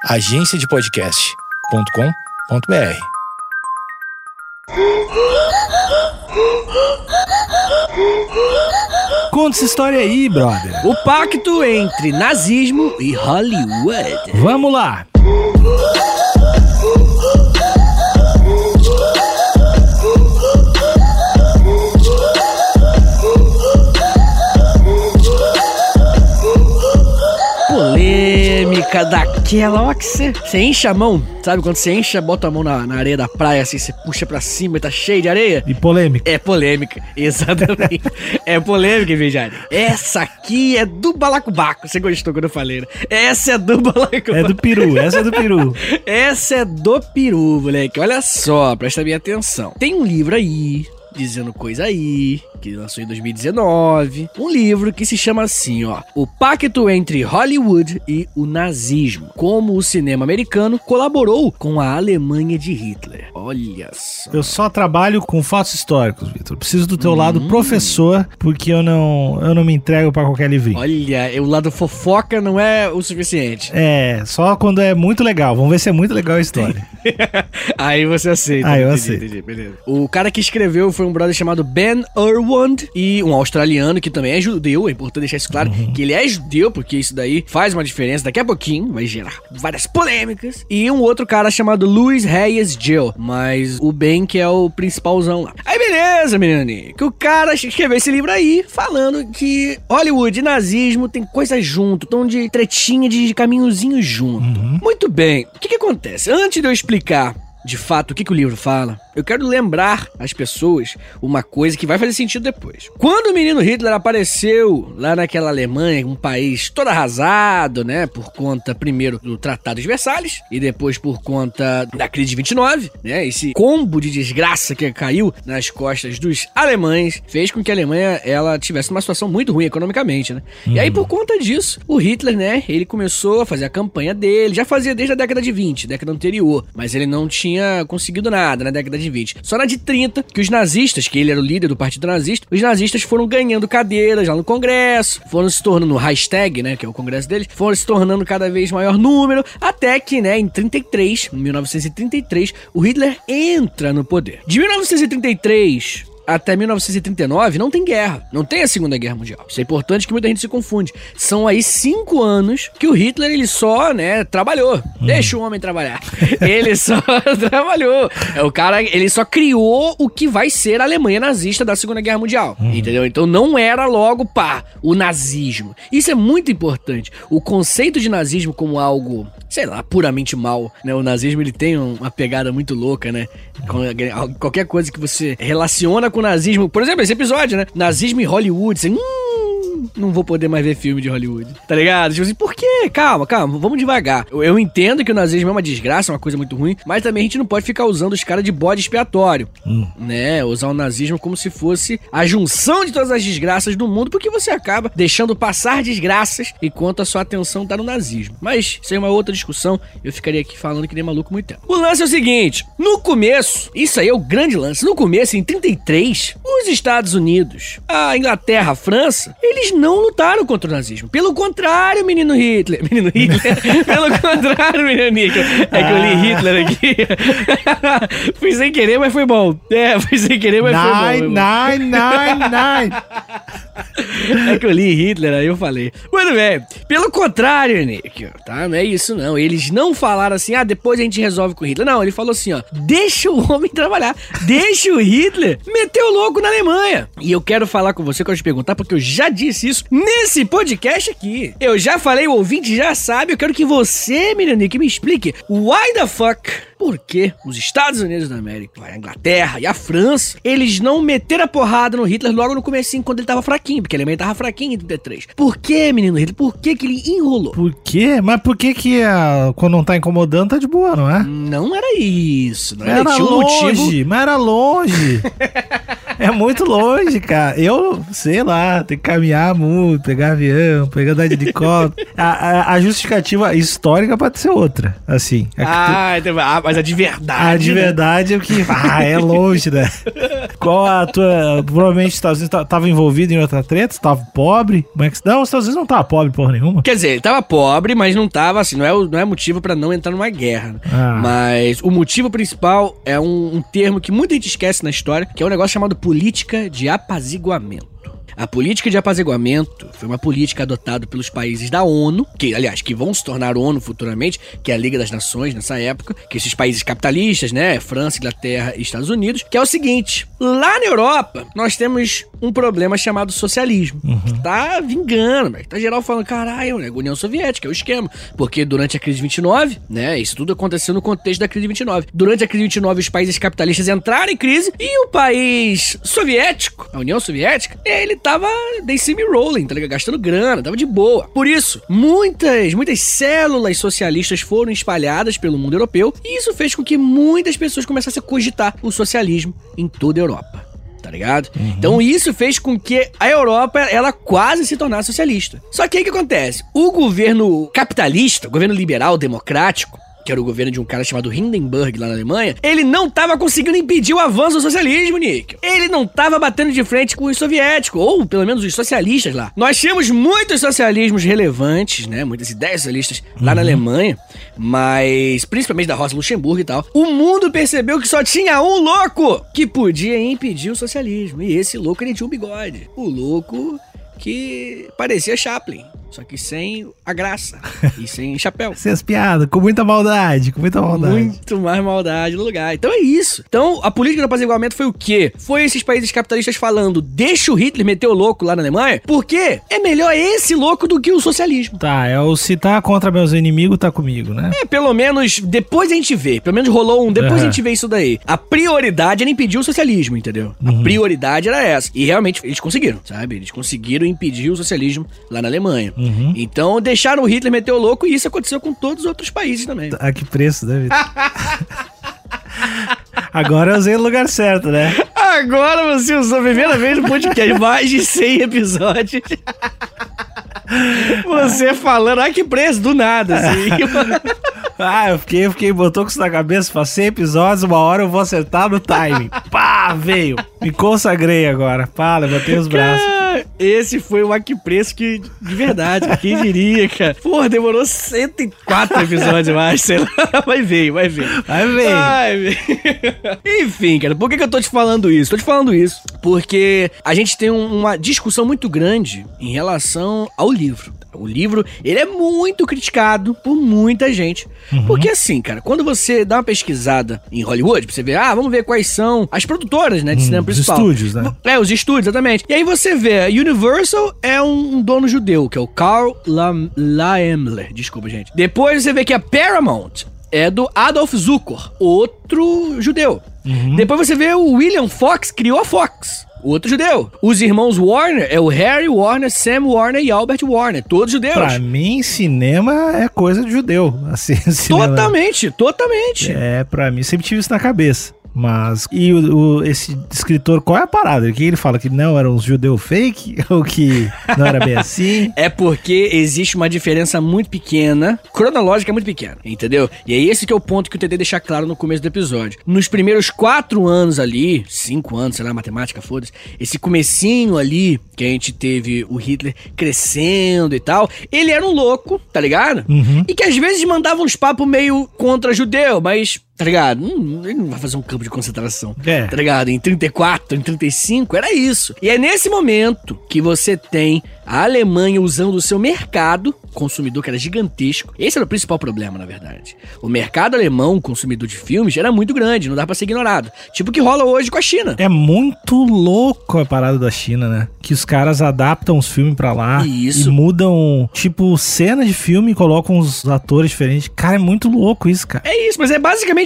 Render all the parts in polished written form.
agenciadepodcast.com.br. Conta essa história aí, brother. O pacto entre nazismo e Hollywood. Vamos lá. Polêmica daquela, ó, que você enche a mão, sabe? Quando você enche, bota a mão na areia da praia, assim, você puxa pra cima e tá cheio de areia. E polêmica. É polêmica, exatamente. É polêmica, Vejane. Essa aqui é do balacobaco. Você gostou quando eu falei, né? Essa é do balacobaco. É do peru, essa é do peru. Essa é do peru, moleque. Olha só, presta bem atenção. Tem um livro aí, dizendo coisa aí, que lançou em 2019. Um livro que se chama assim, ó: O Pacto entre Hollywood e o Nazismo. Como o cinema americano colaborou com a Alemanha de Hitler. Olha só. Eu só trabalho com fatos históricos, Vitor. Preciso do teu lado professor, porque eu não me entrego pra qualquer livrinho. Olha, o lado fofoca não é o suficiente. É, só quando é muito legal. Vamos ver se é muito legal a história. Aí você aceita. Ah, eu aceito. Entendi, beleza. O cara que escreveu foi um brother chamado Ben Irwand, e um australiano que também é judeu. É importante deixar isso claro, que ele é judeu, porque isso daí faz uma diferença. Daqui a pouquinho vai gerar várias polêmicas. E um outro cara chamado Louis Hayes Gill, mas o Ben que é o principalzão lá. Aí beleza, menino, que o cara escreveu esse livro aí, falando que Hollywood e nazismo tem coisa junto, tão de tretinha, de caminhozinho junto. Muito bem, o que acontece? Antes de eu explicar de fato o que o livro fala, eu quero lembrar às pessoas uma coisa que vai fazer sentido depois. Quando o menino Hitler apareceu lá naquela Alemanha, um país todo arrasado, né, por conta primeiro do Tratado de Versalhes e depois por conta da crise de 29, né, esse combo de desgraça que caiu nas costas dos alemães fez com que a Alemanha ela tivesse uma situação muito ruim economicamente, né? E aí por conta disso, o Hitler, né, ele começou a fazer a campanha dele, já fazia desde a década de 20, década anterior, mas ele não tinha conseguido nada na década de 20. Só na de 30, que os nazistas, que ele era o líder do partido nazista, os nazistas foram ganhando cadeiras lá no Congresso, foram se tornando no Reichstag, né, que é o Congresso deles, foram se tornando cada vez maior número, até que, né, em 1933, o Hitler entra no poder. De 1933 até 1939 não tem guerra, não tem a Segunda Guerra Mundial. Isso é importante que muita gente se confunde. São aí 5 anos que o Hitler, ele só, né, trabalhou. Deixa o homem trabalhar. Ele só trabalhou. O cara, ele só criou o que vai ser a Alemanha nazista da Segunda Guerra Mundial. Entendeu? Então não era logo, o nazismo. Isso é muito importante. O conceito de nazismo como algo, sei lá, puramente mal, né? O nazismo, ele tem uma pegada muito louca, né? Qualquer coisa que você relaciona com o nazismo, por exemplo, esse episódio, né? Nazismo e Hollywood, você, não vou poder mais ver filme de Hollywood, tá ligado? Tipo assim, por quê? Calma, vamos devagar. Eu entendo que o nazismo é uma desgraça, é uma coisa muito ruim, mas também a gente não pode ficar usando os caras de bode expiatório, né? Usar o nazismo como se fosse a junção de todas as desgraças do mundo, porque você acaba deixando passar desgraças enquanto a sua atenção tá no nazismo. Mas isso aí é uma outra discussão, eu ficaria aqui falando que nem maluco muito tempo. O lance é o seguinte, no começo, isso aí é o grande lance, no começo, em 33, os Estados Unidos, a Inglaterra, a França, eles não lutaram contra o nazismo. Pelo contrário, menino Hitler. Pelo contrário, menino Hitler. É que eu li Hitler aqui. Fui sem querer, mas foi bom. Fui sem querer, mas foi bom. É que eu li Hitler, aí eu falei. Muito bem. Pelo contrário, Nick, tá? Não é isso, não. Eles não falaram assim, depois a gente resolve com o Hitler. Não, ele falou assim, ó, deixa o homem trabalhar. Deixa o Hitler meter o louco na Alemanha. E eu quero falar com você, quero te perguntar, porque eu já disse isso nesse podcast aqui. Eu já falei, o ouvinte já sabe, eu quero que você, menino Nick, me explique why the fuck, por que os Estados Unidos da América, a Inglaterra e a França, eles não meteram a porrada no Hitler logo no comecinho, quando ele tava fraquinho, porque a Alemanha tava fraquinha em 33. Por que, menino Hitler? Por que ele enrolou? Por quê? Mas por que quando não tá incomodando, tá de boa, não é? Não era isso. Não era tinha um longe, motivo. mas era longe. É muito longe, cara. Eu, sei lá, tem que caminhar muito, pegar avião, pegar andar de helicóptero. A justificativa histórica pode ser outra, assim. Mas a de verdade. A de verdade é que, é longe, né? Qual a tua... Provavelmente os Estados Unidos tava envolvido em outra treta, tava pobre. Não, os Estados Unidos não tava pobre porra nenhuma. Quer dizer, ele tava pobre, mas não tava, assim, não é motivo pra não entrar numa guerra. Né? Mas o motivo principal é um termo que muita gente esquece na história, que é um negócio chamado política de apaziguamento. A política de apaziguamento foi uma política adotada pelos países da ONU, que vão se tornar ONU futuramente, que é a Liga das Nações nessa época, que esses países capitalistas, né, França, Inglaterra e Estados Unidos, que é o seguinte, lá na Europa, nós temos um problema chamado socialismo, que tá vingando, tá geral falando, caralho, né, União Soviética, é o esquema, porque durante a crise de 29, né, isso tudo aconteceu no contexto da crise de 29, durante a crise de 29 os países capitalistas entraram em crise e o país soviético, a União Soviética, ele tava they see me rolling, tá ligado? Gastando grana, tava de boa. Por isso, muitas células socialistas foram espalhadas pelo mundo europeu e isso fez com que muitas pessoas começassem a cogitar o socialismo em toda a Europa. Tá ligado? Então isso fez com que a Europa, ela quase se tornasse socialista. Só que aí o que acontece? O governo capitalista, o governo liberal democrático, que era o governo de um cara chamado Hindenburg lá na Alemanha, ele não tava conseguindo impedir o avanço do socialismo, Nick. Ele não tava batendo de frente com os soviéticos, ou pelo menos os socialistas lá. Nós tínhamos muitos socialismos relevantes, né, muitas ideias socialistas lá na Alemanha, mas principalmente da Rosa Luxemburgo e tal. O mundo percebeu que só tinha um louco que podia impedir o socialismo, e esse louco ele tinha um bigode. O louco que parecia Chaplin, só que sem a graça e sem chapéu. Sem as piadas, com muita maldade, Muito mais maldade no lugar. Então é isso. Então a política do apaziguamento foi o quê? Foi esses países capitalistas falando, deixa o Hitler meter o louco lá na Alemanha, porque é melhor esse louco do que o socialismo. Tá, se tá contra meus inimigos, tá comigo, né? Pelo menos depois a gente vê, pelo menos rolou depois a gente vê isso daí. A prioridade era impedir o socialismo, entendeu? A prioridade era essa. E realmente eles conseguiram, sabe? Eles conseguiram impedir o socialismo lá na Alemanha. Então deixaram o Hitler meter o louco e isso aconteceu com todos os outros países também. A que preço, né, Vitor? Agora eu usei o lugar certo, né? Agora você usou a primeira vez no podcast, mais de 100 episódios. Você falando, que preço, do nada, assim. Eu fiquei, botou com isso na cabeça, faz 100 episódios, uma hora eu vou acertar no timing. Pá, veio. Me consagrei agora. Pá, levantei os braços. Esse foi o que preço que, de verdade, quem diria, cara. Porra, demorou 104 episódios mais, sei lá. Vai ver. Enfim, cara, por que eu tô te falando isso? Tô te falando isso porque a gente tem uma discussão muito grande em relação ao livro. O livro, ele é muito criticado por muita gente. Porque assim, cara, quando você dá uma pesquisada em Hollywood, pra você ver, vamos ver quais são as produtoras, né, de cinema principal. Os estúdios, né? Os estúdios, exatamente. E aí você vê, a Universal é um dono judeu, que é o Carl Laemmler. Desculpa, gente. Depois você vê que a Paramount é do Adolf Zukor, outro judeu. Depois você vê o William Fox, criou a Fox. Outro judeu. Os irmãos Warner é o Harry Warner, Sam Warner e Albert Warner. Todos judeus. Pra mim, cinema é coisa de judeu. Assim, totalmente. Pra mim, sempre tive isso na cabeça. Mas, e esse escritor, qual é a parada? Que ele fala que não era um judeu fake? Ou que não era bem assim? É porque existe uma diferença muito pequena, cronológica muito pequena, entendeu? E é esse que é o ponto que eu tentei deixar claro no começo do episódio. Nos primeiros 4 anos ali, 5 anos, sei lá, matemática, foda-se, esse comecinho ali, que a gente teve o Hitler crescendo e tal, ele era um louco, tá ligado? E que às vezes mandava uns papos meio contra judeu, mas... Tá ligado? Ele não vai fazer um campo de concentração. Tá ligado? Em 34, em 35, era isso. E é nesse momento que você tem a Alemanha usando o seu mercado consumidor, que era gigantesco. Esse era o principal problema, na verdade. O mercado alemão, consumidor de filmes, era muito grande, não dá pra ser ignorado. Tipo o que rola hoje com a China. É muito louco a parada da China, né? Que os caras adaptam os filmes pra lá. Isso. E mudam, tipo, cena de filme e colocam os atores diferentes. Cara, é muito louco isso, cara. É isso, mas é basicamente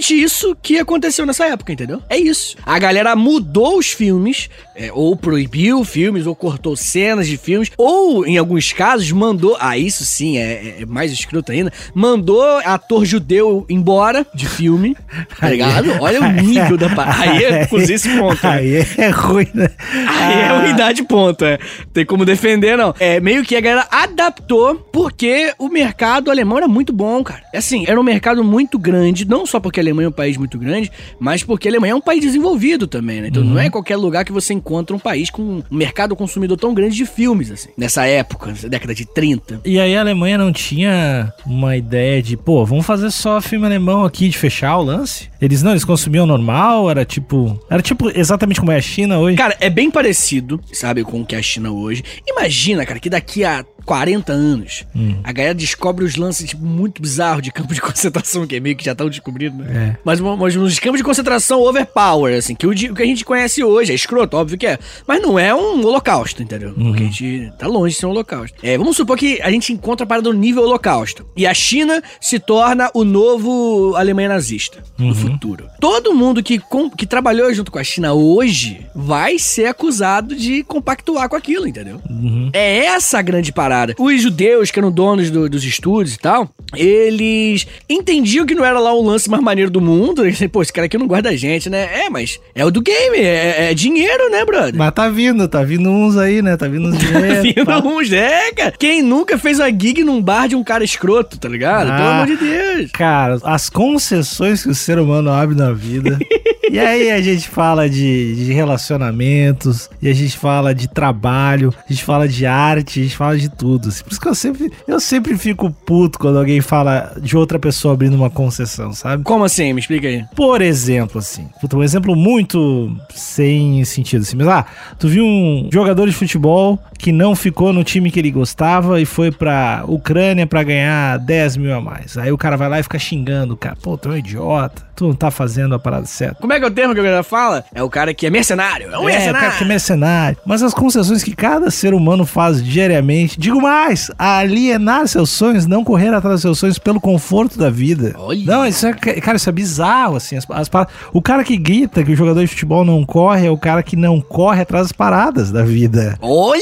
exatamente isso que aconteceu nessa época, entendeu? É isso. A galera mudou os filmes, ou proibiu filmes, ou cortou cenas de filmes, ou, em alguns casos, mandou... isso sim, é mais escroto ainda. Mandou ator judeu embora de filme, tá ligado? Olha o nível da... Aí é cozer esse ponto. Aí é ruim, né? Aí é ruindade, ponto. Tem como defender, não. Meio que a galera adaptou porque o mercado alemão era muito bom, cara. Assim, era um mercado muito grande, não só porque a Alemanha é um país muito grande, mas porque a Alemanha é um país desenvolvido também, né? Então não é em qualquer lugar que você encontra um país com um mercado consumidor tão grande de filmes, assim. Nessa época, nessa década de 30. E aí a Alemanha não tinha uma ideia de, vamos fazer só filme alemão aqui, de fechar o lance? Eles consumiam normal, era tipo exatamente como é a China hoje. Cara, é bem parecido, sabe, com o que é a China hoje. Imagina, cara, que daqui a 40 anos, a galera descobre os lances tipo, muito bizarros de campo de concentração, que é meio que já estão descobrindo, né? Mas uns campos de concentração overpower, assim, que o que a gente conhece hoje é escroto, óbvio que é, mas não é um holocausto, entendeu? Porque a gente tá longe de ser um holocausto. Vamos supor que a gente encontra a parada do nível holocausto, e a China se torna o novo Alemanha nazista no futuro. Todo mundo que trabalhou junto com a China hoje vai ser acusado de compactuar com aquilo, entendeu? É essa a grande parada. Os judeus, que eram donos dos estúdios e tal, eles entendiam que não era lá o lance mais maneiro do mundo. Eles disseram, esse cara aqui não gosta da gente, né? Mas é o do game, é dinheiro, né, brother? Mas tá vindo uns aí, né? Tá vindo uns dinheiro. Tá vindo uns, cara. Quem nunca fez uma gig num bar de um cara escroto, tá ligado? Pelo amor de Deus. Cara, as concessões que o ser humano abre na vida. E aí a gente fala de relacionamentos, e a gente fala de trabalho, a gente fala de arte, a gente fala de tudo. Assim. Por isso que eu sempre fico puto quando alguém fala de outra pessoa abrindo uma concessão, sabe? Como assim? Me explica aí. Por exemplo, assim. Um exemplo muito sem sentido, assim. Mas, tu viu um jogador de futebol que não ficou no time que ele gostava e foi pra Ucrânia pra ganhar 10 mil a mais. Aí o cara vai lá e fica xingando o cara. Tu é um idiota. Tu não tá fazendo a parada certa. Como é que é o termo que a galera fala? É o cara que é mercenário. É um mercenário. O cara que é mercenário. Mas as concessões que cada ser humano faz diariamente, digo mais, alienar seus sonhos, não correr atrás dos seus sonhos pelo conforto da vida. Olha. Não, isso é bizarro, assim. O cara que grita que o jogador de futebol não corre é o cara que não corre atrás das paradas da vida.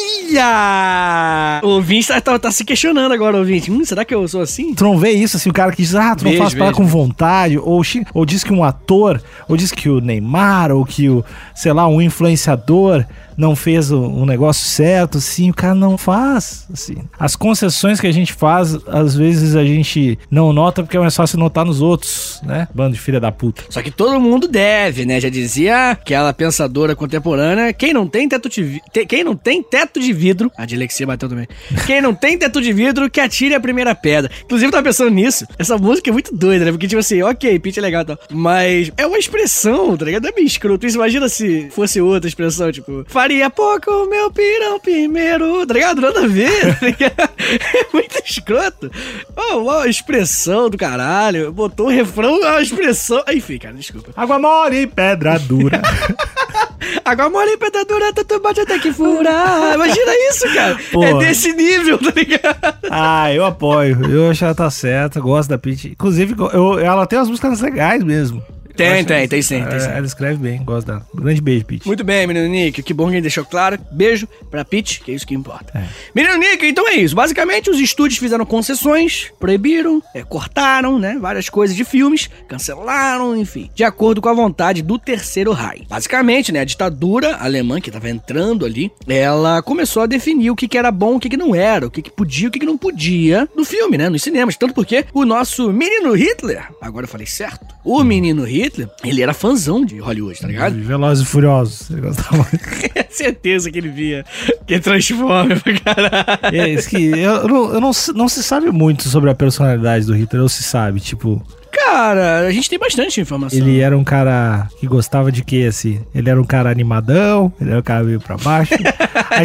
Olha! O ouvinte tá se questionando agora, ouvinte. Será que eu sou assim? Tu não vê isso, assim, o cara que diz, tu não faz parada com vontade, ou diz que um ator, ou diz que o Neymar, ou que um influenciador não fez um negócio certo, assim, o cara não faz, assim. As concessões que a gente faz, às vezes a gente não nota porque é mais fácil notar nos outros, né? Bando de filha da puta. Só que todo mundo deve, né? Já dizia aquela pensadora contemporânea, quem não tem teto de vidro, a dilexia bateu também, quem não tem teto de vidro, que atire a primeira pedra. Inclusive, eu tava pensando nisso, essa música é muito doida, né? Porque, tipo assim, ok, pitch é legal e tal, mas é uma expressão, tá ligado? É meio escroto. Isso, imagina se fosse outra expressão, tipo, faria pouco o meu pirão primeiro, tá ligado? Nada a ver, tá ligado? É muito escroto. Uma expressão do caralho. Botou um refrão, uma expressão. Enfim, cara, desculpa. Água mole e pedra dura. Água mole e pedra dura, tanto bate até que fura. Imagina isso, cara. Porra. É desse nível, tá ligado? Eu apoio. Eu acho que ela tá certa, gosto da Pitty. Inclusive, ela tem umas músicas legais mesmo. Tem sim. Ela escreve bem, gosto dela. Grande beijo, Pitty. Muito bem, menino Nick. Que bom que ele deixou claro. Beijo pra Pitty, que é isso que importa. Menino Nick, então é isso. Basicamente, os estúdios fizeram concessões, proibiram, cortaram, né? Várias coisas de filmes, cancelaram, enfim. De acordo com a vontade do Terceiro Reich. Basicamente, né? A ditadura alemã, que tava entrando ali, ela começou a definir o que era bom, o que não era, o que podia, o que não podia no filme, né? Nos cinemas. Tanto porque o nosso menino Hitler, agora eu falei certo, o menino Hitler, ele era fãzão de Hollywood, tá ligado? Velozes e Furiosos. Ele gostava muito. Certeza que ele via. Que transforma pra caralho. Não se sabe muito sobre a personalidade do Hitler, ou se sabe, tipo... Cara, a gente tem bastante informação. Ele era um cara que gostava de quê, assim? Ele era um cara animadão, ele era um cara meio pra baixo. A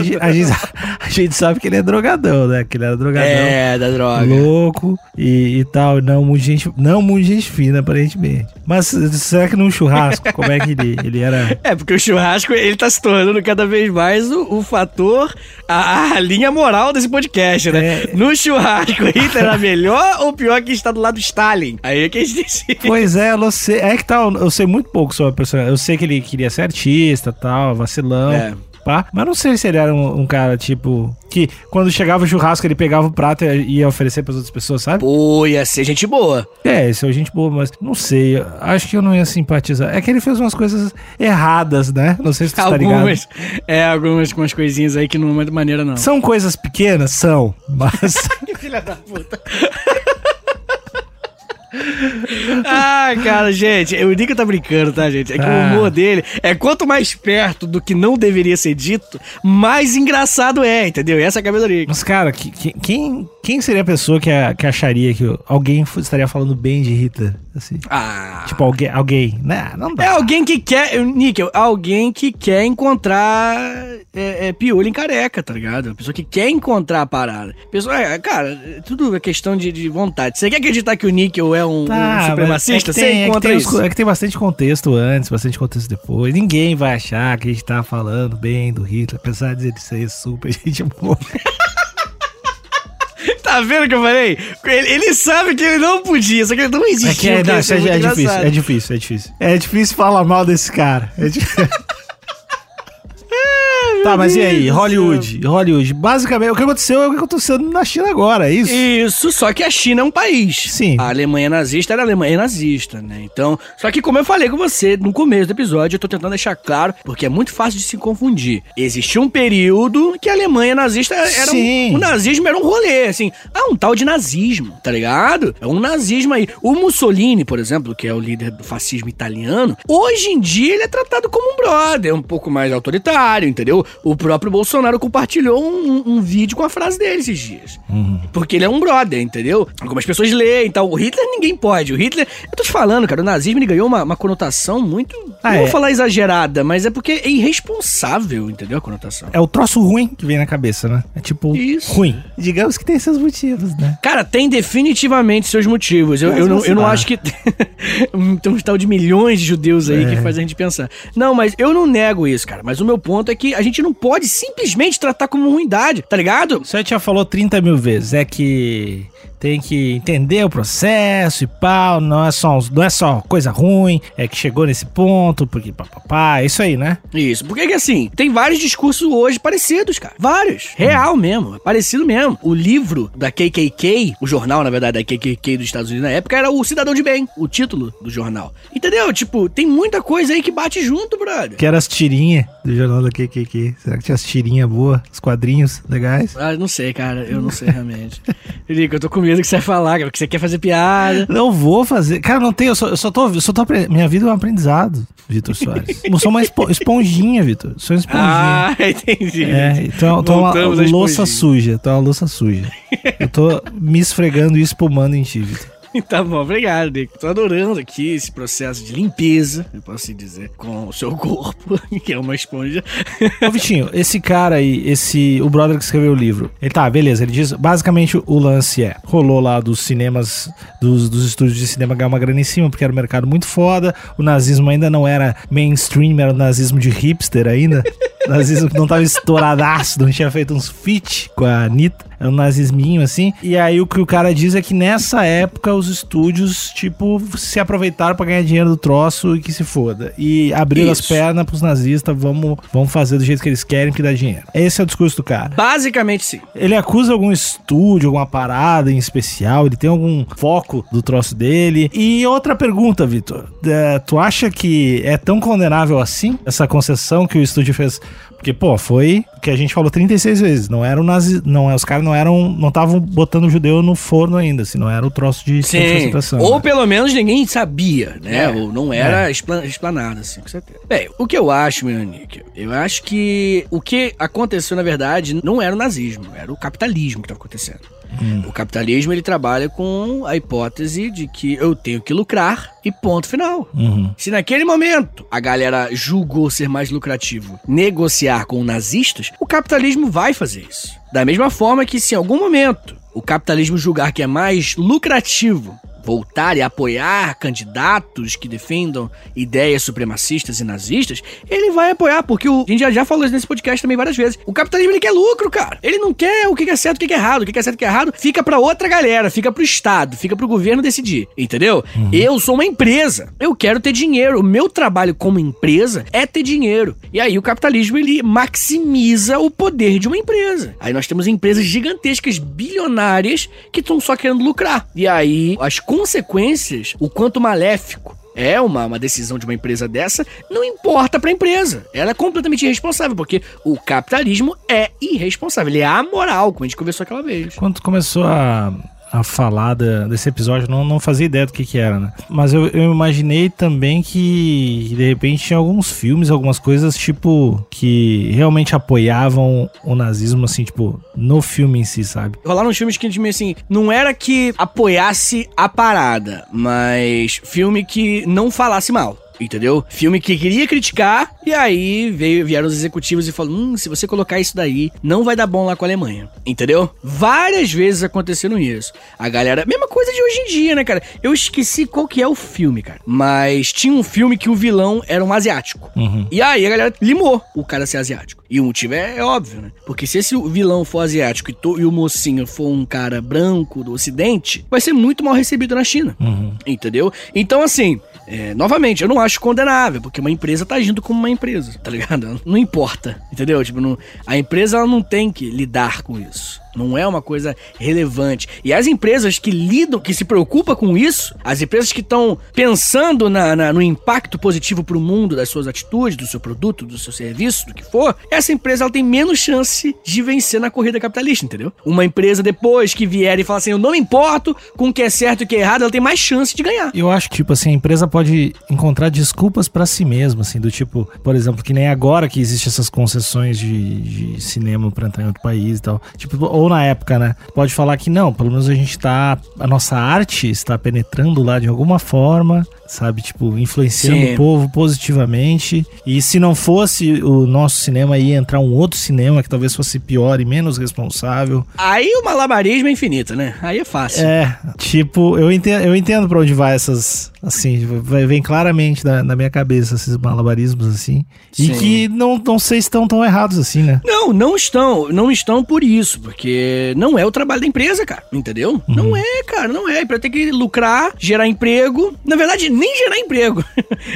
gente sabe que ele é drogadão, né? Que ele era drogadão. Da droga. Louco e tal. Não muito gente fina, aparentemente. Mas será que num churrasco, como é que ele era... Porque o churrasco, ele tá se tornando cada vez mais o fator, a linha moral desse podcast, né? No churrasco, Hitler era melhor ou pior que está do lado do Stalin? Aí é que a gente decide. Pois é, eu não sei. É que tal, eu sei muito pouco sobre a personagem. Eu sei que ele queria ser artista e tal, vacilão. Pá, mas não sei se ele era um cara, tipo, que quando chegava o churrasco ele pegava o prato e ia oferecer pras outras pessoas, sabe? Pô, ia ser gente boa. Isso é gente boa, mas não sei, acho que eu não ia simpatizar. É que ele fez umas coisas erradas, né? Não sei se tu tá ligado. Algumas coisinhas aí que não é muito maneira, não. São coisas pequenas? São, mas... Que filha da puta. Cara, gente, o Nico tá brincando, tá, gente? É que o humor dele é quanto mais perto do que não deveria ser dito, mais engraçado é, entendeu? E essa é a cabeça do Nico. Mas, cara, quem seria a pessoa que acharia que alguém estaria falando bem de Hitler? Assim? Tipo, alguém, né? Não dá. É alguém que quer, Níquel, alguém que quer encontrar piolho em careca, tá ligado? A pessoa que quer encontrar a parada. Pessoa, cara, tudo é questão de vontade. Você quer acreditar que o Níquel é um supremacista? Você encontra isso. É que tem bastante contexto antes, bastante contexto depois. Ninguém vai achar que a gente tá falando bem do Hitler, apesar de ele ser super gente boa. Tá vendo o que eu falei? Ele sabe que ele não podia, só que ele não existiu. É difícil. É difícil falar mal desse cara. Tá, mas e aí? Hollywood. Basicamente, o que aconteceu é o que aconteceu na China agora, é isso? Isso, só que a China é um país. Sim. A Alemanha nazista era a Alemanha nazista, né? Então, só que como eu falei com você no começo do episódio, eu tô tentando deixar claro, porque é muito fácil de se confundir. Existia um período que a Alemanha nazista era o nazismo era um rolê, assim, um tal de nazismo, tá ligado? É um nazismo aí. O Mussolini, por exemplo, que é o líder do fascismo italiano, hoje em dia ele é tratado como um brother, um pouco mais autoritário, entendeu? O próprio Bolsonaro compartilhou um vídeo com a frase dele esses dias. Porque ele é um brother, entendeu? Algumas pessoas leem e tal. O Hitler ninguém pode. O Hitler... Eu tô te falando, cara, o nazismo ele ganhou uma conotação muito... não vou falar exagerada, mas é porque é irresponsável, entendeu? A conotação. É o troço ruim que vem na cabeça, né? É tipo, ruim. Digamos que tem seus motivos, né? Cara, tem definitivamente seus motivos. Eu não acho que... tem um tal de milhões de judeus aí que faz a gente pensar. Não, mas eu não nego isso, cara. Mas o meu ponto é que a gente não pode simplesmente tratar como ruindade, tá ligado? Isso aí já falou 30 mil vezes. É que tem que entender o processo e pau, não é só coisa ruim, é que chegou nesse ponto, porque papapá, é isso aí, né? Isso, porque que assim, tem vários discursos hoje parecidos, cara. Vários. Real mesmo, parecido mesmo. O livro da KKK, o jornal, na verdade, da KKK dos Estados Unidos na época, era o Cidadão de Bem, o título do jornal. Entendeu? Tipo, tem muita coisa aí que bate junto, brother. Que era as tirinhas do jornal da KKK. Será que tinha as tirinhas boas, os quadrinhos legais? Não sei, cara, eu não sei realmente. Rico, eu tô com medo que você vai falar, porque você quer fazer piada. Não vou fazer. Cara, não tem, eu só tô minha vida é um aprendizado, Vitor Soares. Eu sou uma esponjinha, Vitor. Sou uma esponjinha. Entendi. Então uma louça suja. Tô uma louça suja. Eu tô me esfregando e espumando em ti, Vitor. Tá bom, obrigado, Nico. Tô adorando aqui esse processo de limpeza, eu posso dizer, com o seu corpo, que é uma esponja. Ô, Vitinho, esse cara aí, o brother que escreveu o livro, ele diz, basicamente o lance rolou lá dos cinemas, dos estúdios de cinema ganhar uma grana em cima, porque era um mercado muito foda, o nazismo ainda não era mainstream, era o nazismo de hipster ainda, o nazismo que não tava estouradaço, não tinha feito uns feat com a Anitta, era um nazisminho assim, e aí o que o cara diz é que nessa época os estúdios, tipo, se aproveitaram pra ganhar dinheiro do troço e que se foda. E abriram as pernas pros nazistas, vamos fazer do jeito que eles querem que dá dinheiro. Esse é o discurso do cara. Basicamente, sim. Ele acusa algum estúdio, alguma parada em especial, ele tem algum foco do troço dele. E outra pergunta, Vitor. Tu acha que é tão condenável assim, essa concessão que o estúdio fez? Porque, foi o que a gente falou 36 vezes. Não era os caras não estavam botando o judeu no forno ainda, assim, não era o troço de concentração. Ou pelo menos ninguém sabia, né? Ou não era explanado, assim, com certeza. Bem, o que eu acho, meu Níquel, eu acho que o que aconteceu, na verdade, não era o nazismo, era o capitalismo que estava acontecendo. O capitalismo, ele trabalha com a hipótese de que eu tenho que lucrar e ponto final. Se naquele momento a galera julgou ser mais lucrativo negociar com nazistas, o capitalismo vai fazer isso. Da mesma forma que se em algum momento o capitalismo julgar que é mais lucrativo voltar e apoiar candidatos que defendam ideias supremacistas e nazistas, ele vai apoiar, porque a gente já falou isso nesse podcast também várias vezes. O capitalismo, ele quer lucro, cara. Ele não quer o que é certo e o que é errado. O que é certo e o que é errado fica pra outra galera, fica pro Estado, fica pro governo decidir, entendeu? Eu sou uma empresa, eu quero ter dinheiro. O meu trabalho como empresa é ter dinheiro. E aí o capitalismo, ele maximiza o poder de uma empresa. Aí nós temos empresas gigantescas, bilionárias, que estão só querendo lucrar. E aí as consequências, o quanto maléfico é uma decisão de uma empresa dessa, não importa pra empresa. Ela é completamente irresponsável, porque o capitalismo é irresponsável, ele é amoral, como a gente conversou aquela vez. Quando tu começou a falar desse episódio, não fazia ideia do que era, né? Mas eu imaginei também que de repente tinha alguns filmes, algumas coisas, tipo, que realmente apoiavam o nazismo, assim, tipo, no filme em si, sabe? Rolaram uns filmes que, assim, não era que apoiasse a parada, mas filme que não falasse mal. Entendeu? Filme que queria criticar, e aí vieram os executivos e falaram: se você colocar isso daí, não vai dar bom lá com a Alemanha. Entendeu? Várias vezes aconteceram isso. A galera, mesma coisa de hoje em dia, né, cara? Eu esqueci qual que é o filme, cara. Mas tinha um filme que o vilão era um asiático. E aí a galera limou o cara ser asiático. E o motivo é óbvio, né? Porque se esse vilão for asiático e o mocinho for um cara branco do ocidente, vai ser muito mal recebido na China. Entendeu? Então, assim, novamente, eu não acho condenável, porque uma empresa tá agindo como uma empresa, tá ligado? Não importa, entendeu? Tipo, a empresa, ela não tem que lidar com isso. Não é uma coisa relevante. E as empresas que lidam, que se preocupam com isso, as empresas que estão pensando no impacto positivo pro mundo das suas atitudes, do seu produto, do seu serviço, do que for, essa empresa, ela tem menos chance de vencer na corrida capitalista, entendeu? Uma empresa, depois que vier e falar assim, eu não me importo com o que é certo e o que é errado, ela tem mais chance de ganhar. Eu acho que, tipo assim, a empresa pode encontrar desculpas pra si mesma, assim, do tipo, por exemplo, que nem agora que existem essas concessões de cinema pra entrar em outro país e tal. Tipo, ou na época, né? Pode falar que não, pelo menos a nossa arte está penetrando lá de alguma forma, sabe? Tipo, influenciando o povo positivamente. E se não fosse o nosso cinema, ia entrar um outro cinema que talvez fosse pior e menos responsável. Aí o malabarismo é infinito, né? Aí é fácil. Tipo, eu entendo pra onde vai essas, assim, vem claramente na minha cabeça esses malabarismos, assim. Sim. E que não sei se estão tão errados assim, né? Não estão por isso, porque não é o trabalho da empresa, cara, entendeu? Não é, cara, não é. Pra ter que lucrar, gerar emprego, na verdade, nem gerar emprego,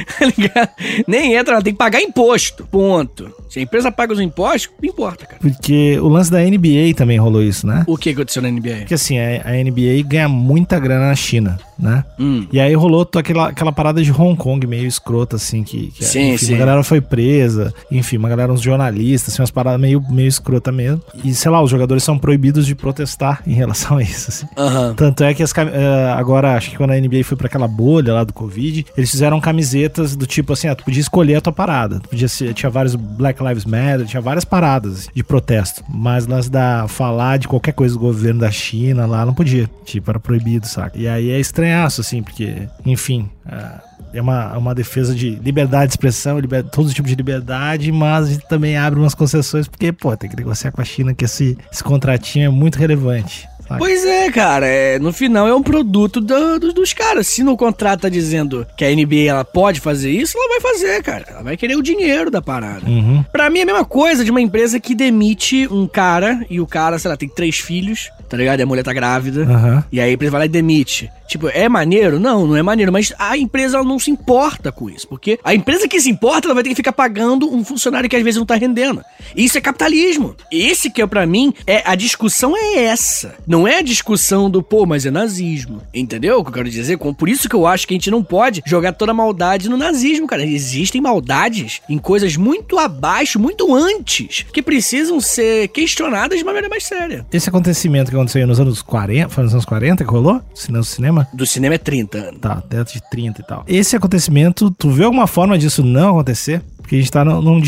nem entra, ela tem que pagar imposto, ponto. Se a empresa paga os impostos, não importa, cara. Porque o lance da NBA também rolou isso, né? O que aconteceu na NBA? Porque assim, a NBA ganha muita grana na China, né? E aí rolou aquela parada de Hong Kong meio escrota, assim, que sim. Uma galera foi presa, enfim, uns jornalistas, assim, umas paradas meio escrota mesmo. E, sei lá, os jogadores são proibidos de protestar em relação a isso, assim. Tanto é que agora, acho que quando a NBA foi pra aquela bolha lá do Covid, eles fizeram camisetas do tipo assim, tu podia escolher a tua parada. Tinha vários Black Lives Matter, tinha várias paradas de protesto. Mas lance falar de qualquer coisa do governo da China lá, não podia. Tipo, era proibido, saca? E aí é estranhaço, assim, porque, enfim, é uma defesa de liberdade de expressão, todos os tipos de liberdade, mas a gente também abre umas concessões, porque, tem que negociar com a China que esse contratinho é muito relevante. Pois é, cara, no final é um produto dos caras. Se no contrato tá dizendo que a NBA ela pode fazer isso, ela vai fazer, cara. Ela vai querer o dinheiro da parada. Pra mim é a mesma coisa de uma empresa que demite um cara, e o cara, sei lá, tem 3 filhos, tá ligado? E a mulher tá grávida, e aí a empresa vai lá e demite. Tipo, é maneiro? Não é maneiro, mas a empresa ela não se importa com isso, porque a empresa que se importa, ela vai ter que ficar pagando um funcionário que às vezes não tá rendendo. Isso é capitalismo. Esse que pra mim, a discussão é essa. Não é a discussão do, mas é nazismo. Entendeu o que eu quero dizer? Por isso que eu acho que a gente não pode jogar toda a maldade no nazismo, cara. Existem maldades em coisas muito abaixo, muito antes, que precisam ser questionadas de uma maneira mais séria. Esse acontecimento que aconteceu nos anos 40, foi nos anos 40 que rolou? No cinema? Do cinema é 30 anos. Tá, dentro de 30 e tal. Esse acontecimento, tu vê alguma forma disso não acontecer? Porque a gente tá num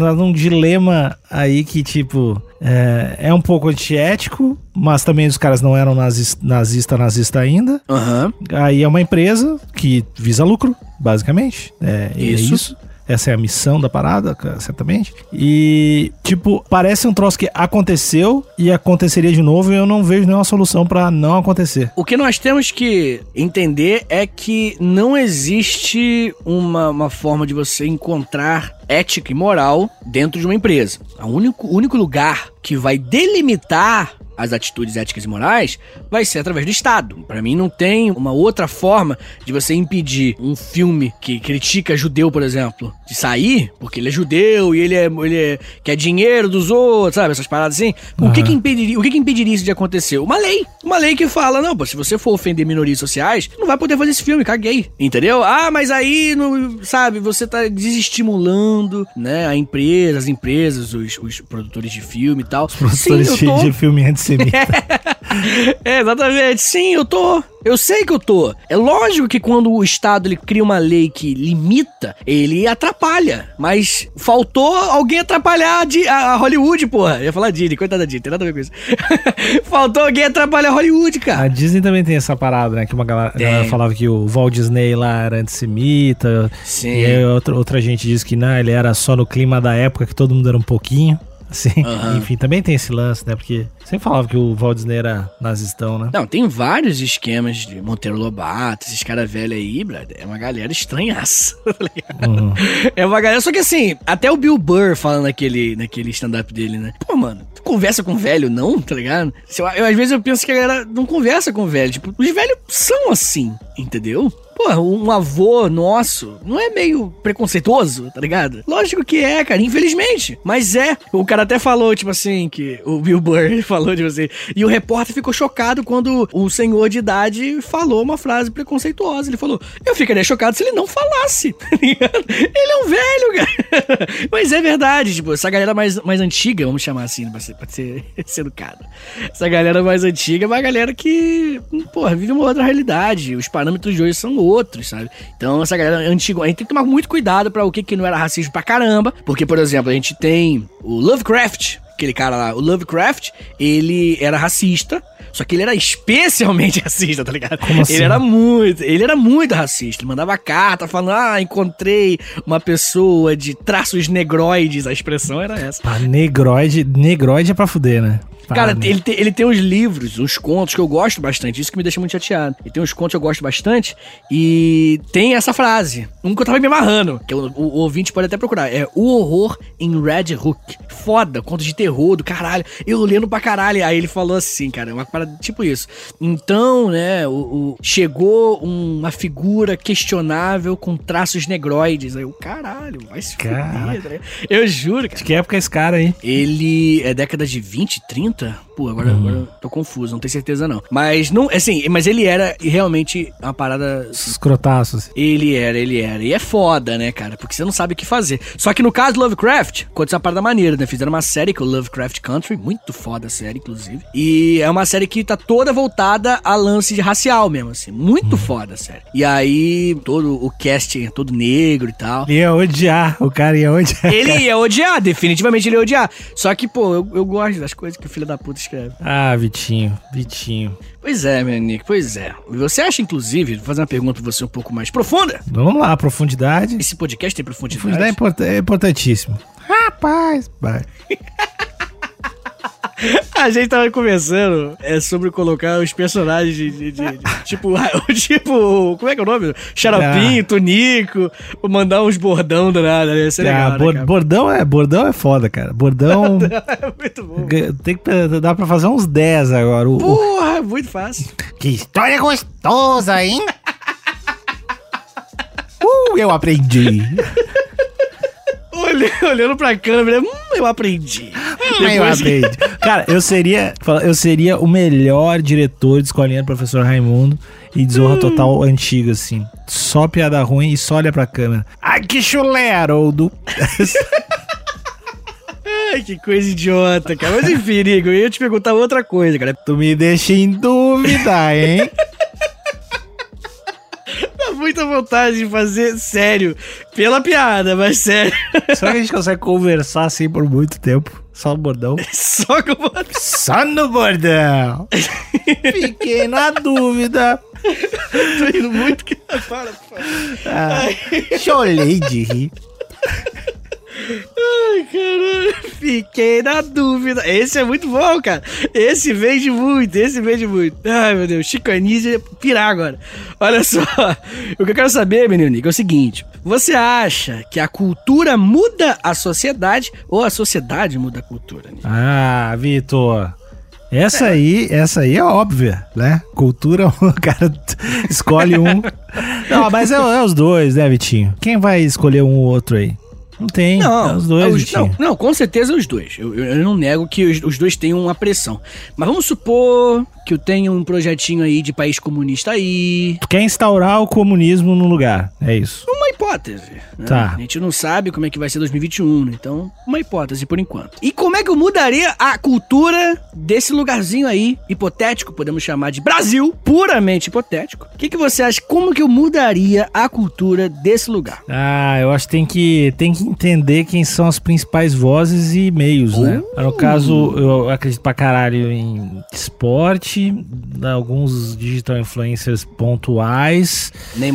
dilema aí que, tipo, é um pouco antiético, mas também os caras não eram nazista ainda. Aí é uma empresa que visa lucro, basicamente. É isso. Essa é a missão da parada, certamente. E, tipo, parece um troço que aconteceu e aconteceria de novo e eu não vejo nenhuma solução pra não acontecer. O que nós temos que entender é que não existe uma forma de você encontrar ética e moral dentro de uma empresa. O único lugar que vai delimitar as atitudes éticas e morais vai ser através do Estado. Pra mim não tem uma outra forma de você impedir um filme que critica judeu, por exemplo, de sair, porque ele é judeu e ele quer dinheiro dos outros, sabe? Essas paradas assim. O que impediria isso de acontecer? Uma lei que fala, não, pô, se você for ofender minorias sociais, não vai poder fazer esse filme, caguei. Entendeu? Ah, mas aí, sabe, você tá desestimulando, né, as empresas, os produtores de filme e tal. Os produtores de filme antissemita. Exatamente. Sim, eu sei que eu tô. É lógico que quando o Estado ele cria uma lei que limita, ele atrapalha. Mas faltou alguém atrapalhar a Hollywood, porra. Eu ia falar Disney, coitada da Disney, tem nada a ver com isso. Faltou alguém atrapalhar a Hollywood, cara. A Disney também tem essa parada, né? Que uma galera falava que o Walt Disney lá era antissemita. Sim. E aí outra gente diz que não, ele era só no clima da época, que todo mundo era um pouquinho. Assim, enfim, também tem esse lance, né? Porque sempre falava que o Walt Disney era nazistão, né? Não, tem vários esquemas de Monteiro Lobato, esses caras velhos aí, brother. É uma galera estranhaça, tá ligado? É uma galera, só que assim, até o Bill Burr fala naquele stand-up dele, né? Pô, mano, tu conversa com velho não, tá ligado? Às vezes eu penso que a galera não conversa com velho. Tipo, os velhos são assim, entendeu? Pô, um avô nosso não é meio preconceituoso, tá ligado? Lógico que é, cara, infelizmente. Mas é. O cara até falou, tipo assim, que o Bill Burr falou, tipo assim, e o repórter ficou chocado quando o senhor de idade falou uma frase preconceituosa. Ele falou, eu ficaria chocado se ele não falasse, tá ligado? Ele é um velho, cara. Mas é verdade, tipo, essa galera mais antiga, vamos chamar assim, pra ser educado. Essa galera mais antiga é uma galera que, porra, vive uma outra realidade. Os parâmetros de hoje são outros, sabe? Então essa galera antiga, a gente tem que tomar muito cuidado pra o que não era racismo pra caramba, porque, por exemplo, a gente tem o Lovecraft, aquele cara lá, o Lovecraft, ele era racista, só que ele era especialmente racista, tá ligado? Como assim? Ele era muito racista, ele mandava carta falando, encontrei uma pessoa de traços negroides, a expressão era essa. Negroide é pra fuder, né? Cara, ele tem uns livros, uns contos que eu gosto bastante, isso que me deixa muito chateado. Ele tem uns contos que eu gosto bastante e tem essa frase, um que eu tava me amarrando, que o ouvinte pode até procurar, é O Horror em Red Hook. Foda, conto de terror do caralho, eu lendo pra caralho. Aí ele falou assim, cara, uma parada tipo isso. Então, né, chegou uma figura questionável com traços negroides. Aí eu, caralho, vai se fuder, tá? Eu juro, cara. De que época é esse cara aí? Ele é década de 20, 30? Pô, agora eu tô confuso, não tenho certeza não. Mas não, assim, mas ele era realmente uma parada... Escrotaços. Ele era. E é foda, né, cara? Porque você não sabe o que fazer. Só que no caso do Lovecraft, aconteceu uma parada maneira, né? Fizeram uma série que é o Lovecraft Country, muito foda a série, inclusive. E é uma série que tá toda voltada a lance de racial mesmo, assim. Muito foda a série. E aí, todo o cast, todo negro e tal. Ele ia odiar, o cara ia odiar. Ele ia odiar, definitivamente ele ia odiar. Só que, pô, eu gosto das coisas que o filho da puta escreve. Ah, Vitinho. Pois é, meu Nick, pois é. Você acha, inclusive, vou fazer uma pergunta pra você um pouco mais profunda? Vamos lá, profundidade. Esse podcast tem profundidade? Profundidade é importantíssimo. Rapaz, vai. A gente tava conversando sobre colocar os personagens de tipo, como é que é o nome? Xaropinho, Tunico, mandar uns bordão do nada, né? Isso é legal, né, bordão é foda, cara. Bordão é muito bom. Dá pra fazer uns 10 agora. Porra, muito fácil. Que história gostosa, hein? Eu aprendi. Olhando pra câmera, eu aprendi. Eu aprendi. Cara, eu seria o melhor diretor de Escolinha do Professor Raimundo e de Zorra Total antiga, assim. Só piada ruim e só olha pra câmera. Ai, que chulé, Haroldo. Ai, que coisa idiota, cara. Mas enfim, Nico, eu ia te perguntar outra coisa, cara. Tu me deixa em dúvida, hein? Muita vontade de fazer sério, pela piada, mas sério. Será que a gente consegue conversar assim por muito tempo? Só no bordão? Só com o bordão. Só no bordão. Fiquei na dúvida. Tô rindo muito que... Para. Chorei de rir. Ai, caralho. Fiquei na dúvida. Esse é muito bom, cara. Esse vende muito. Ai, meu Deus. Chico Anísio pirar agora. Olha só. O que eu quero saber, menino Nick, é o seguinte. Você acha que a cultura muda a sociedade ou a sociedade muda a cultura, Nick? Ah, Vitor... Essa aí é óbvia, né? Cultura, o cara escolhe um. Não, mas é os dois, né, Vitinho? Quem vai escolher um ou outro aí? Não tem, é os dois, Vitinho. Não, com certeza os dois. Eu não nego que os dois tenham uma pressão. Mas vamos supor que eu tenho um projetinho aí de país comunista aí. Tu quer instaurar o comunismo no lugar, é isso? Uma hipótese. Né? Tá. A gente não sabe como é que vai ser 2021, né? Então, uma hipótese por enquanto. E como é que eu mudaria a cultura desse lugarzinho aí, hipotético, podemos chamar de Brasil, puramente hipotético? O que você acha? Como que eu mudaria a cultura desse lugar? Ah, eu acho que tem que entender quem são as principais vozes e meios, né? No caso, eu acredito pra caralho em esporte, alguns digital influencers pontuais.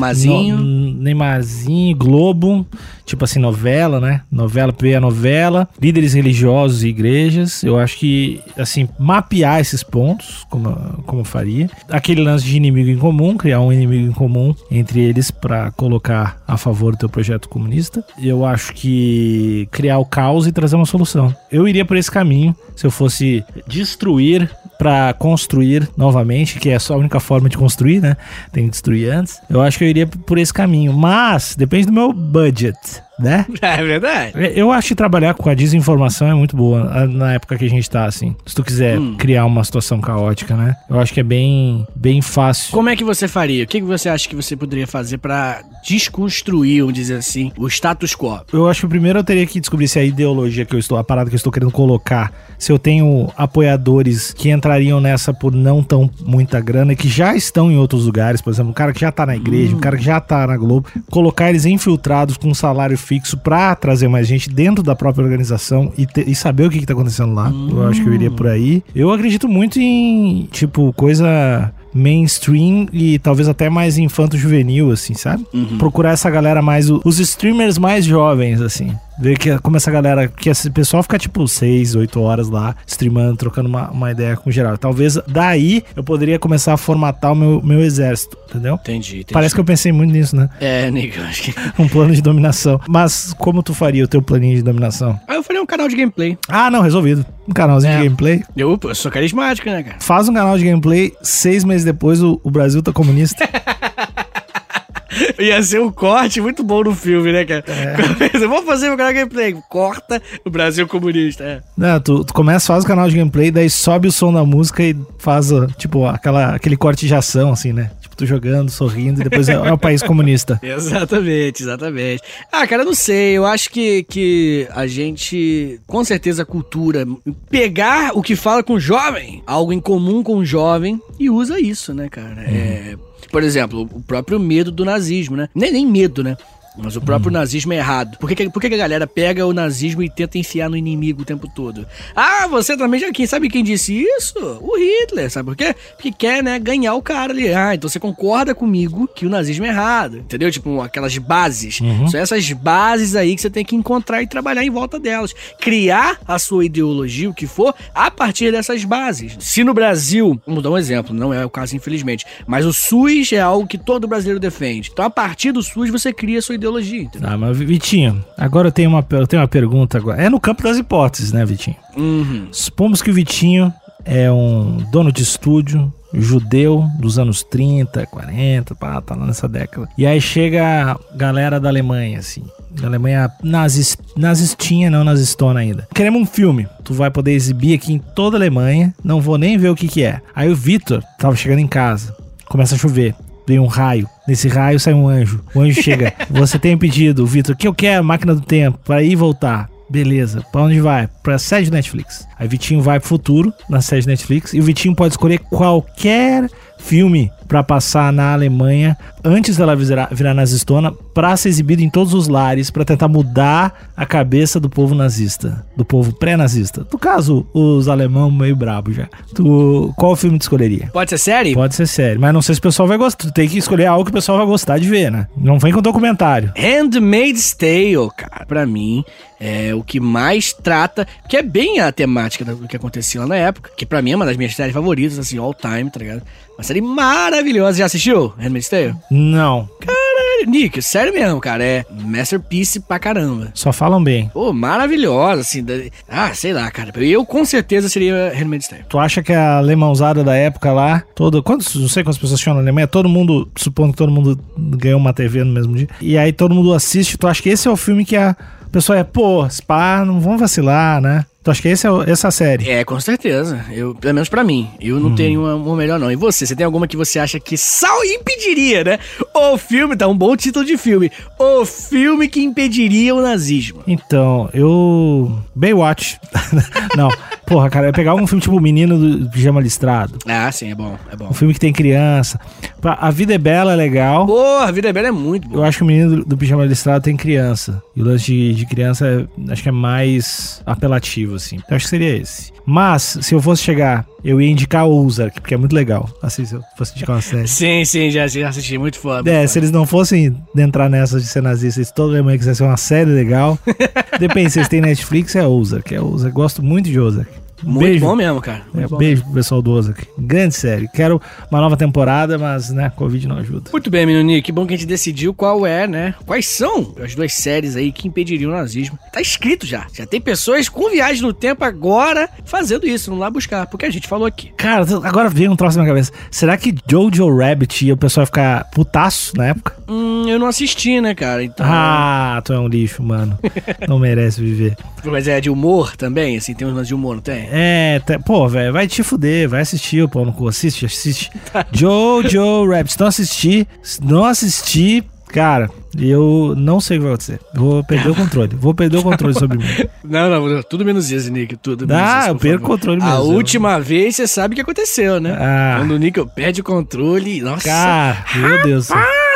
Neymarzinho, Globo, tipo assim, novela, né? Novela, líderes religiosos e igrejas. Eu acho que, assim, mapear esses pontos, como eu faria. Aquele lance de inimigo em comum, criar um inimigo em comum entre eles pra colocar a favor do teu projeto comunista. Eu acho que criar o caos e trazer uma solução. Eu iria por esse caminho, se eu fosse destruir pra construir novamente, que é só a única forma de construir, né? Tem que destruir antes. Eu acho que eu iria por esse caminho, mas depende do meu budget, né? É verdade. Eu acho que trabalhar com a desinformação é muito boa na época que a gente tá, assim. Se tu quiser criar uma situação caótica, né? Eu acho que é bem fácil. Como é que você faria? O que você acha que você poderia fazer pra desconstruir, vamos dizer assim, o status quo? Eu acho que primeiro eu teria que descobrir se a ideologia a parada que eu estou querendo colocar, se eu tenho apoiadores que entrariam nessa por não tão muita grana e que já estão em outros lugares, por exemplo, um cara que já tá na igreja, um cara que já tá na Globo, colocar eles infiltrados com um salário fixo pra trazer mais gente dentro da própria organização e saber o que tá acontecendo lá. Eu acho que eu iria por aí. Eu acredito muito em, tipo, coisa mainstream e talvez até mais infanto-juvenil, assim, sabe? Procurar essa galera mais, os streamers mais jovens, assim. Ver como essa galera, que esse pessoal fica tipo 6, 8 horas lá, streamando, trocando uma ideia com geral. Talvez daí eu poderia começar a formatar o meu exército, entendeu? Entendi. Parece que eu pensei muito nisso, né? É, Nico, acho que... Um plano de dominação. Mas como tu faria o teu planinho de dominação? Eu faria um canal de gameplay. Ah, não, resolvido. Um canalzinho de gameplay. Eu sou carismático, né, cara? Faz um canal de gameplay, 6 meses depois o Brasil tá comunista. Ia ser um corte muito bom no filme, né, cara? Eu vou fazer meu canal de gameplay. Corta o Brasil comunista. Não, tu começa, faz o canal de gameplay, daí sobe o som da música e faz, tipo, aquele corte de ação, assim, né? Tipo, tu jogando, sorrindo e depois é o país comunista. Exatamente. Ah, cara, eu não sei. Eu acho que a gente, com certeza, a cultura, pegar o que fala com o jovem, algo em comum com o jovem, e usa isso, né, cara? Por exemplo, o próprio medo do nazismo, né? Nem medo, né? Mas o próprio nazismo é errado. Por que a galera pega o nazismo e tenta enfiar no inimigo o tempo todo? Ah, você também já... Sabe quem disse isso? O Hitler, sabe por quê? Porque quer, né, ganhar o cara ali. Ah, então você concorda comigo que o nazismo é errado. Entendeu? Tipo, aquelas bases. São essas bases aí que você tem que encontrar e trabalhar em volta delas. Criar a sua ideologia, o que for, a partir dessas bases. Se no Brasil... Vamos dar um exemplo, não é o caso, infelizmente. Mas o SUS é algo que todo brasileiro defende. Então, a partir do SUS, você cria a sua ideologia, entendeu? Ah, mas Vitinho, agora eu tenho uma pergunta agora. É no campo das hipóteses, né, Vitinho? Supomos que o Vitinho é um dono de estúdio, judeu dos anos 30, 40, tá lá nessa década. E aí chega a galera da Alemanha, assim. Da Alemanha nazistinha, não nazistona ainda. Queremos um filme. Tu vai poder exibir aqui em toda a Alemanha. Não vou nem ver o que é. Aí o Vitor tava chegando em casa. Começa a chover. Vem um raio. Nesse raio sai um anjo. O anjo chega. Você tem um pedido, Vitor. O que eu quero? Máquina do tempo. Para ir e voltar. Beleza. Pra onde vai? Pra sede do Netflix. Aí Vitinho vai pro futuro, na sede do Netflix. E o Vitinho pode escolher qualquer filme pra passar na Alemanha, antes dela virar nazistona, pra ser exibida em todos os lares, pra tentar mudar a cabeça do povo nazista, do povo pré-nazista. No caso, os alemão meio brabo já. Qual filme tu escolheria? Pode ser série? Pode ser série, mas não sei se o pessoal vai gostar. Tu tem que escolher algo que o pessoal vai gostar de ver, né? Não vem com documentário. Handmaid's Tale, cara, pra mim é o que mais trata, que é bem a temática do que acontecia lá na época, que pra mim é uma das minhas séries favoritas, assim, all time, tá ligado? Uma série maravilhosa. Já assistiu Handmaid's Tale? Não. Caralho, Nick, sério mesmo, cara, é masterpiece pra caramba. Só falam bem. Pô, maravilhosa, assim, sei lá, cara, eu com certeza seria Handmaid's Tale. Tu acha que a alemãozada da época lá, não sei quantas pessoas tinham na Alemanha, todo mundo, supondo que todo mundo ganhou uma TV no mesmo dia, e aí todo mundo assiste, tu acha que esse é o filme que a pessoa pá, não vão vacilar, né? Tu acha que essa série? É, com certeza. Pelo menos pra mim. Eu não tenho uma melhor, não. E você tem alguma que você acha que só impediria, né? O filme, tá um bom título de filme. O filme que impediria o nazismo. Então, Baywatch. Não. Porra, cara, eu ia pegar um filme tipo O Menino do Pijama Listrado. Ah, sim, é bom. Um filme que tem criança. A Vida é Bela é legal. Porra, A Vida é Bela é muito bom. Eu acho que O Menino do Pijama Listrado tem criança. E o lance de criança acho que é mais apelativo, assim. Então acho que seria esse. Mas, se eu fosse chegar, eu ia indicar Ozark, porque é muito legal. Assim, se eu fosse indicar uma série. Sim, já assisti, muito foda. Se eles não fossem entrar nessa de ser nazista, se todo mundo quiser ser uma série legal, depende, se eles têm Netflix, é Ozark. Gosto muito de Ozark. Muito bom mesmo, cara. Beijo pro pessoal do Ozark. Grande série. Quero uma nova temporada, mas, né, Covid não ajuda. Muito bem, menino Nick. Que bom que a gente decidiu quais são as duas séries aí que impediriam o nazismo. Tá escrito já. Já tem pessoas com viagem no tempo agora fazendo isso. Vamos lá buscar, porque a gente falou aqui. Cara, agora veio um troço na minha cabeça. Será que Jojo Rabbit ia o pessoal ficar putaço na época? Eu não assisti, né, cara? Então... Ah, tu é um lixo, mano. Não merece viver. Mas é de humor também? Assim, tem uns lances de humor, não tem? Pô, velho, vai te fuder, vai assistir o pau no cu, assiste. Jojo Rabbit, se não assistir, cara, eu não sei o que vai acontecer. Vou perder o controle sobre mim. Não, tudo menos isso, Nick, tudo menos isso, eu perco o controle mesmo. A última vez, você sabe o que aconteceu, né? Quando o Nick perde o controle, nossa. Cara, meu Deus.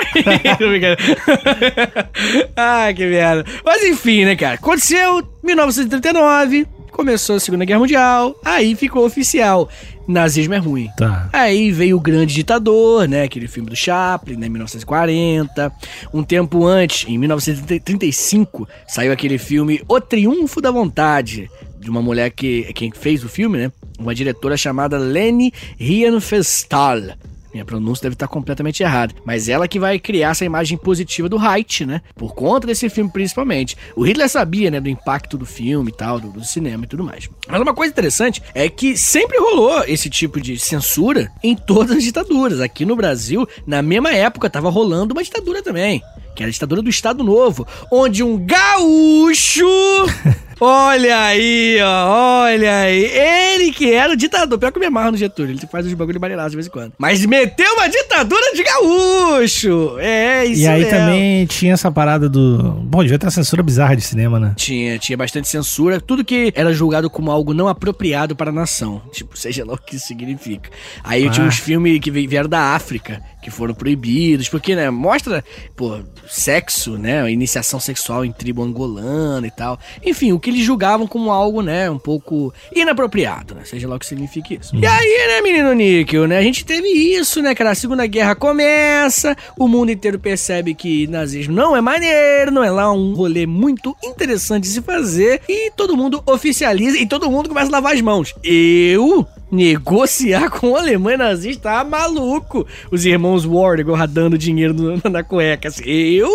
Que merda. Mas enfim, né, cara, aconteceu 1939... Começou a Segunda Guerra Mundial, aí ficou oficial. Nazismo é ruim. Tá. Aí veio o Grande Ditador, né? Aquele filme do Chaplin, né? 1940. Um tempo antes, em 1935, saiu aquele filme O Triunfo da Vontade, de uma mulher quem fez o filme, né? Uma diretora chamada Leni Riefenstahl. Minha pronúncia deve estar completamente errada. Mas ela que vai criar essa imagem positiva do Reich, né? Por conta desse filme, principalmente. O Hitler sabia, né? Do impacto do filme e tal, do cinema e tudo mais. Mas uma coisa interessante é que sempre rolou esse tipo de censura em todas as ditaduras. Aqui no Brasil, na mesma época, tava rolando uma ditadura também. Que era a ditadura do Estado Novo. Onde um gaúcho... Olha aí, ele que era o ditador. Pior que eu me amarro no Getúlio, ele faz uns bagulho maneirados de vez em quando. Mas meteu uma ditadura de gaúcho. Isso. E aí também tinha essa parada do... Bom, devia ter uma censura bizarra de cinema, né? Tinha bastante censura. Tudo que era julgado como algo não apropriado para a nação. Tipo, seja lá o que isso significa. Aí tinha uns filmes que vieram da África, que foram proibidos, porque, né, mostra, sexo, né, iniciação sexual em tribo angolana e tal. Enfim, o que eles julgavam como algo, né, um pouco inapropriado, né, seja lá o que signifique isso. E aí, né, menino Níquel, né, a gente teve isso, né, cara, a Segunda Guerra começa, o mundo inteiro percebe que nazismo não é maneiro, não é lá um rolê muito interessante de se fazer, e todo mundo oficializa, e todo mundo começa a lavar as mãos. Negociar com a Alemanha nazista, tá maluco. Os irmãos Ward guardando dinheiro na cueca. Assim,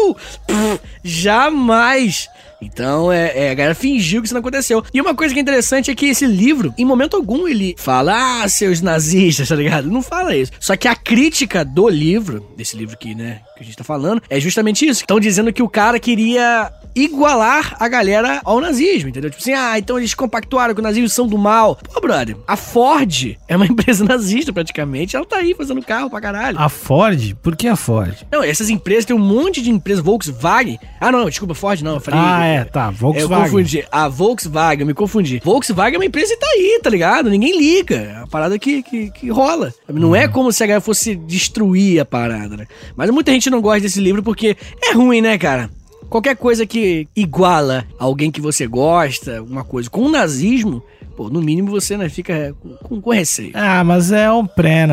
jamais. Então, a galera fingiu que isso não aconteceu. E uma coisa que é interessante é que esse livro, em momento algum, ele fala, seus nazistas, tá ligado? Não fala isso. Só que a crítica do livro, desse livro aqui, né, que a gente tá falando, é justamente isso. Estão dizendo que o cara queria igualar a galera ao nazismo, entendeu? Tipo assim, então eles compactuaram que o nazismo são do mal. Pô, brother, a Ford é uma empresa nazista praticamente, ela tá aí fazendo carro pra caralho. A Ford? Por que a Ford? Não, essas empresas, tem um monte de empresas, Volkswagen. Não, desculpa, Ford não, eu falei... Volkswagen. Eu confundi, a Volkswagen, eu me confundi. Volkswagen é uma empresa e tá aí, tá ligado? Ninguém liga, é uma parada que rola. Não é como se a galera fosse destruir a parada, né? Mas muita gente não gosta desse livro porque é ruim, né, cara? Qualquer coisa que iguala alguém que você gosta, alguma coisa, com o nazismo, pô, no mínimo você, né, fica com receio. Mas é um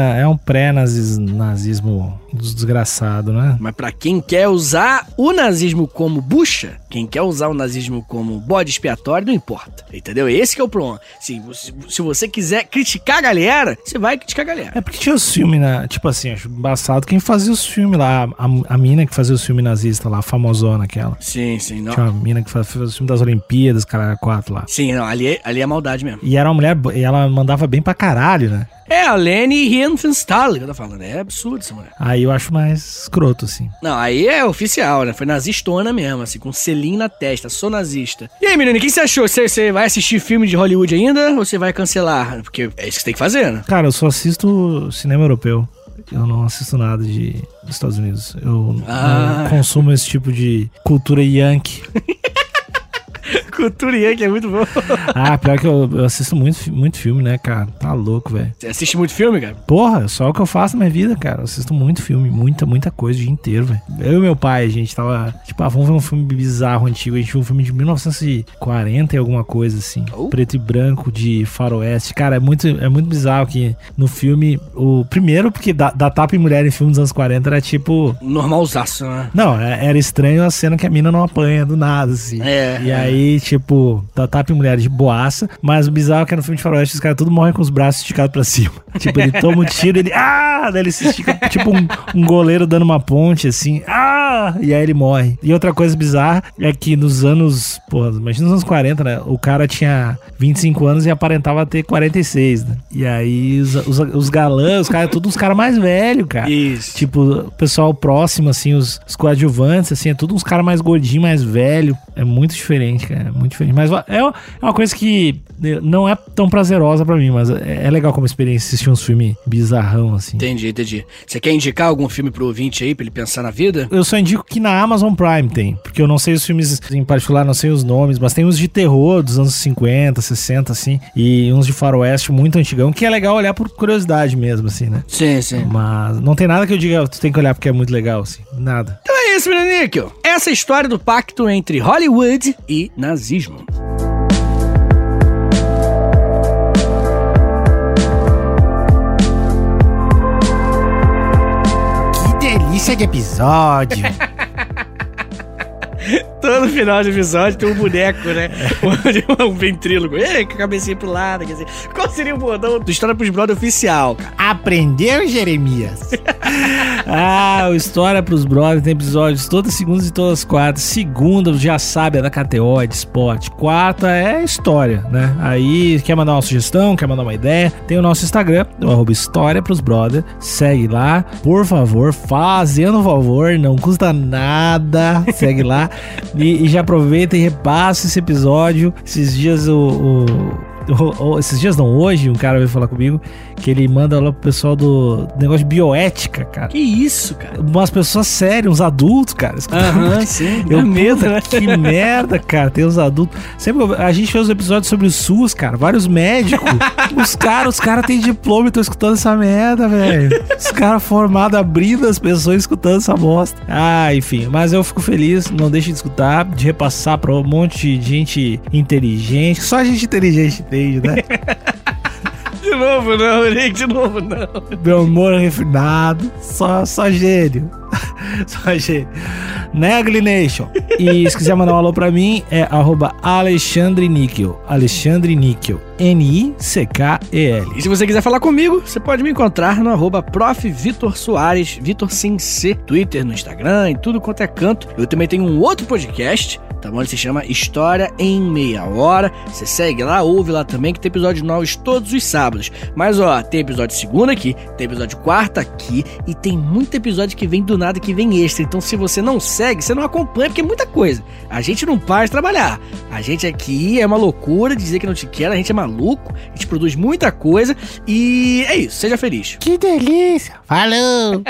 pré-nazismo desgraçado, né? Mas pra quem quer usar o nazismo como bucha, quem quer usar o nazismo como bode expiatório, não importa, entendeu? Esse que é o problema. Se você quiser criticar a galera, você vai criticar a galera. É porque tinha os filmes, né? Tipo assim, acho embaçado quem fazia os filmes lá, a mina que fazia os filmes nazistas lá, a famosona aquela. Sim, não. Tinha uma mina que fazia os filmes das Olimpíadas, cara, 4 lá. Sim, não, ali é maldade mesmo. E era uma mulher, e ela mandava bem pra caralho, né? É a Leni Riefenstahl que eu tô falando. É absurdo essa mulher. Aí eu acho mais escroto, assim. Não, aí é oficial, né? Foi nazistona mesmo, assim, com selinho na testa. Sou nazista. E aí, menino, o que você achou? Você vai assistir filme de Hollywood ainda ou você vai cancelar? Porque é isso que você tem que fazer, né? Cara, eu só assisto cinema europeu. Eu não assisto nada dos Estados Unidos. Eu não consumo esse tipo de cultura yankee. Cultura yankee é muito bom. Pior que eu assisto muito filme, né, cara? Tá louco, velho. Você assiste muito filme, cara? Porra, só o que eu faço na minha vida, cara. Eu assisto muito filme, muita coisa o dia inteiro, velho. Eu e meu pai, a gente tava, tipo, vamos ver um filme bizarro, antigo. A gente viu um filme de 1940 e alguma coisa, assim. Preto e branco, de faroeste. Cara, é muito bizarro que no filme, primeiro, porque dar tapa em mulher em filme dos anos 40 era tipo... normalzaço, né? Não, era estranho a cena que a mina não apanha do nada, assim. E aí, tipo, dar tapa em mulher de boaça, mas o bizarro é que no filme de faroeste os caras tudo morrem com os braços esticados pra cima. Tipo, ele toma um tiro, daí ele se estica, tipo um goleiro dando uma ponte, assim, e aí ele morre. E outra coisa bizarra é que nos anos, imagina nos anos 40, né, o cara tinha 25 anos e aparentava ter 46, né, e aí os galãs, os caras, todos os caras mais velhos, cara. Isso. Tipo, o pessoal próximo, assim, os coadjuvantes, assim, é tudo uns caras mais gordinhos, mais velho. É muito diferente, cara, é muito diferente. Mas é uma coisa que não é tão prazerosa pra mim, mas é legal como experiência assistir uns filmes bizarrão, assim. Entendi. Você quer indicar algum filme pro ouvinte aí, pra ele pensar na vida? Eu só indico que na Amazon Prime tem, porque eu não sei os filmes em particular, não sei os nomes, mas tem uns de terror dos anos 50, 60, assim, e uns de faroeste muito antigão, que é legal olhar por curiosidade mesmo, assim, né? Sim. Mas não tem nada que eu diga, tu tem que olhar porque é muito legal, assim, nada. Então é isso, menino Níquel. Essa é a história do pacto entre Hollywood e nazismo. Delícia de episódio. Todo final de episódio tem um boneco, né? Um ventrílogo. Com a cabecinha pro lado. Quer dizer, qual seria o bordão do História pros Brother oficial, cara? Aprendeu, Jeremias? O História pros Brothers tem episódios todas segundas e todas quartas. Segunda, já sabe, é da KTO, é de esporte. Quarta é história, né? Aí, quer mandar uma sugestão, quer mandar uma ideia, tem o nosso Instagram, o @História pros Brothers. Segue lá, por favor, fazendo favor, não custa nada. Segue lá. E já aproveita e repassa esse episódio. Esses dias esses dias não, hoje um cara veio falar comigo que ele manda lá pro pessoal do negócio de bioética, cara. Que isso, cara? Umas pessoas sérias, uns adultos, cara. Sim. Eu medo, né? Que merda, cara. Tem uns adultos. Sempre a gente fez os episódios sobre o SUS, cara. Vários médicos. os caras têm diploma e estão escutando essa merda, velho. Os caras formados abrindo as pessoas escutando essa bosta. Enfim. Mas eu fico feliz. Não deixe de escutar, de repassar pra um monte de gente inteligente. Só gente inteligente entende, né? De novo não, Rick, de novo não. Meu humor refinado, só gênio. Só gênio. Né, Glination? E se quiser mandar um alô pra mim, é @Alexandre Níquel. Alexandre Níquel. Nickel. E se você quiser falar comigo, você pode me encontrar no @Prof. Vitor Soares, Vitor sem C, Twitter, no Instagram, em tudo quanto é canto. Eu também tenho um outro podcast tá bom? Ele se chama História em Meia Hora. Você segue lá, ouve lá também, que tem episódios novos todos os sábados. Mas ó, tem episódio segunda aqui, tem episódio quarta aqui, e tem muito episódio que vem do nada, que vem extra. Então se você não segue, você não acompanha, porque é muita coisa. A gente não para de trabalhar. A gente aqui é uma loucura dizer que não te quer, a gente é maluco, a gente produz muita coisa e é isso, seja feliz. Que delícia! Falou!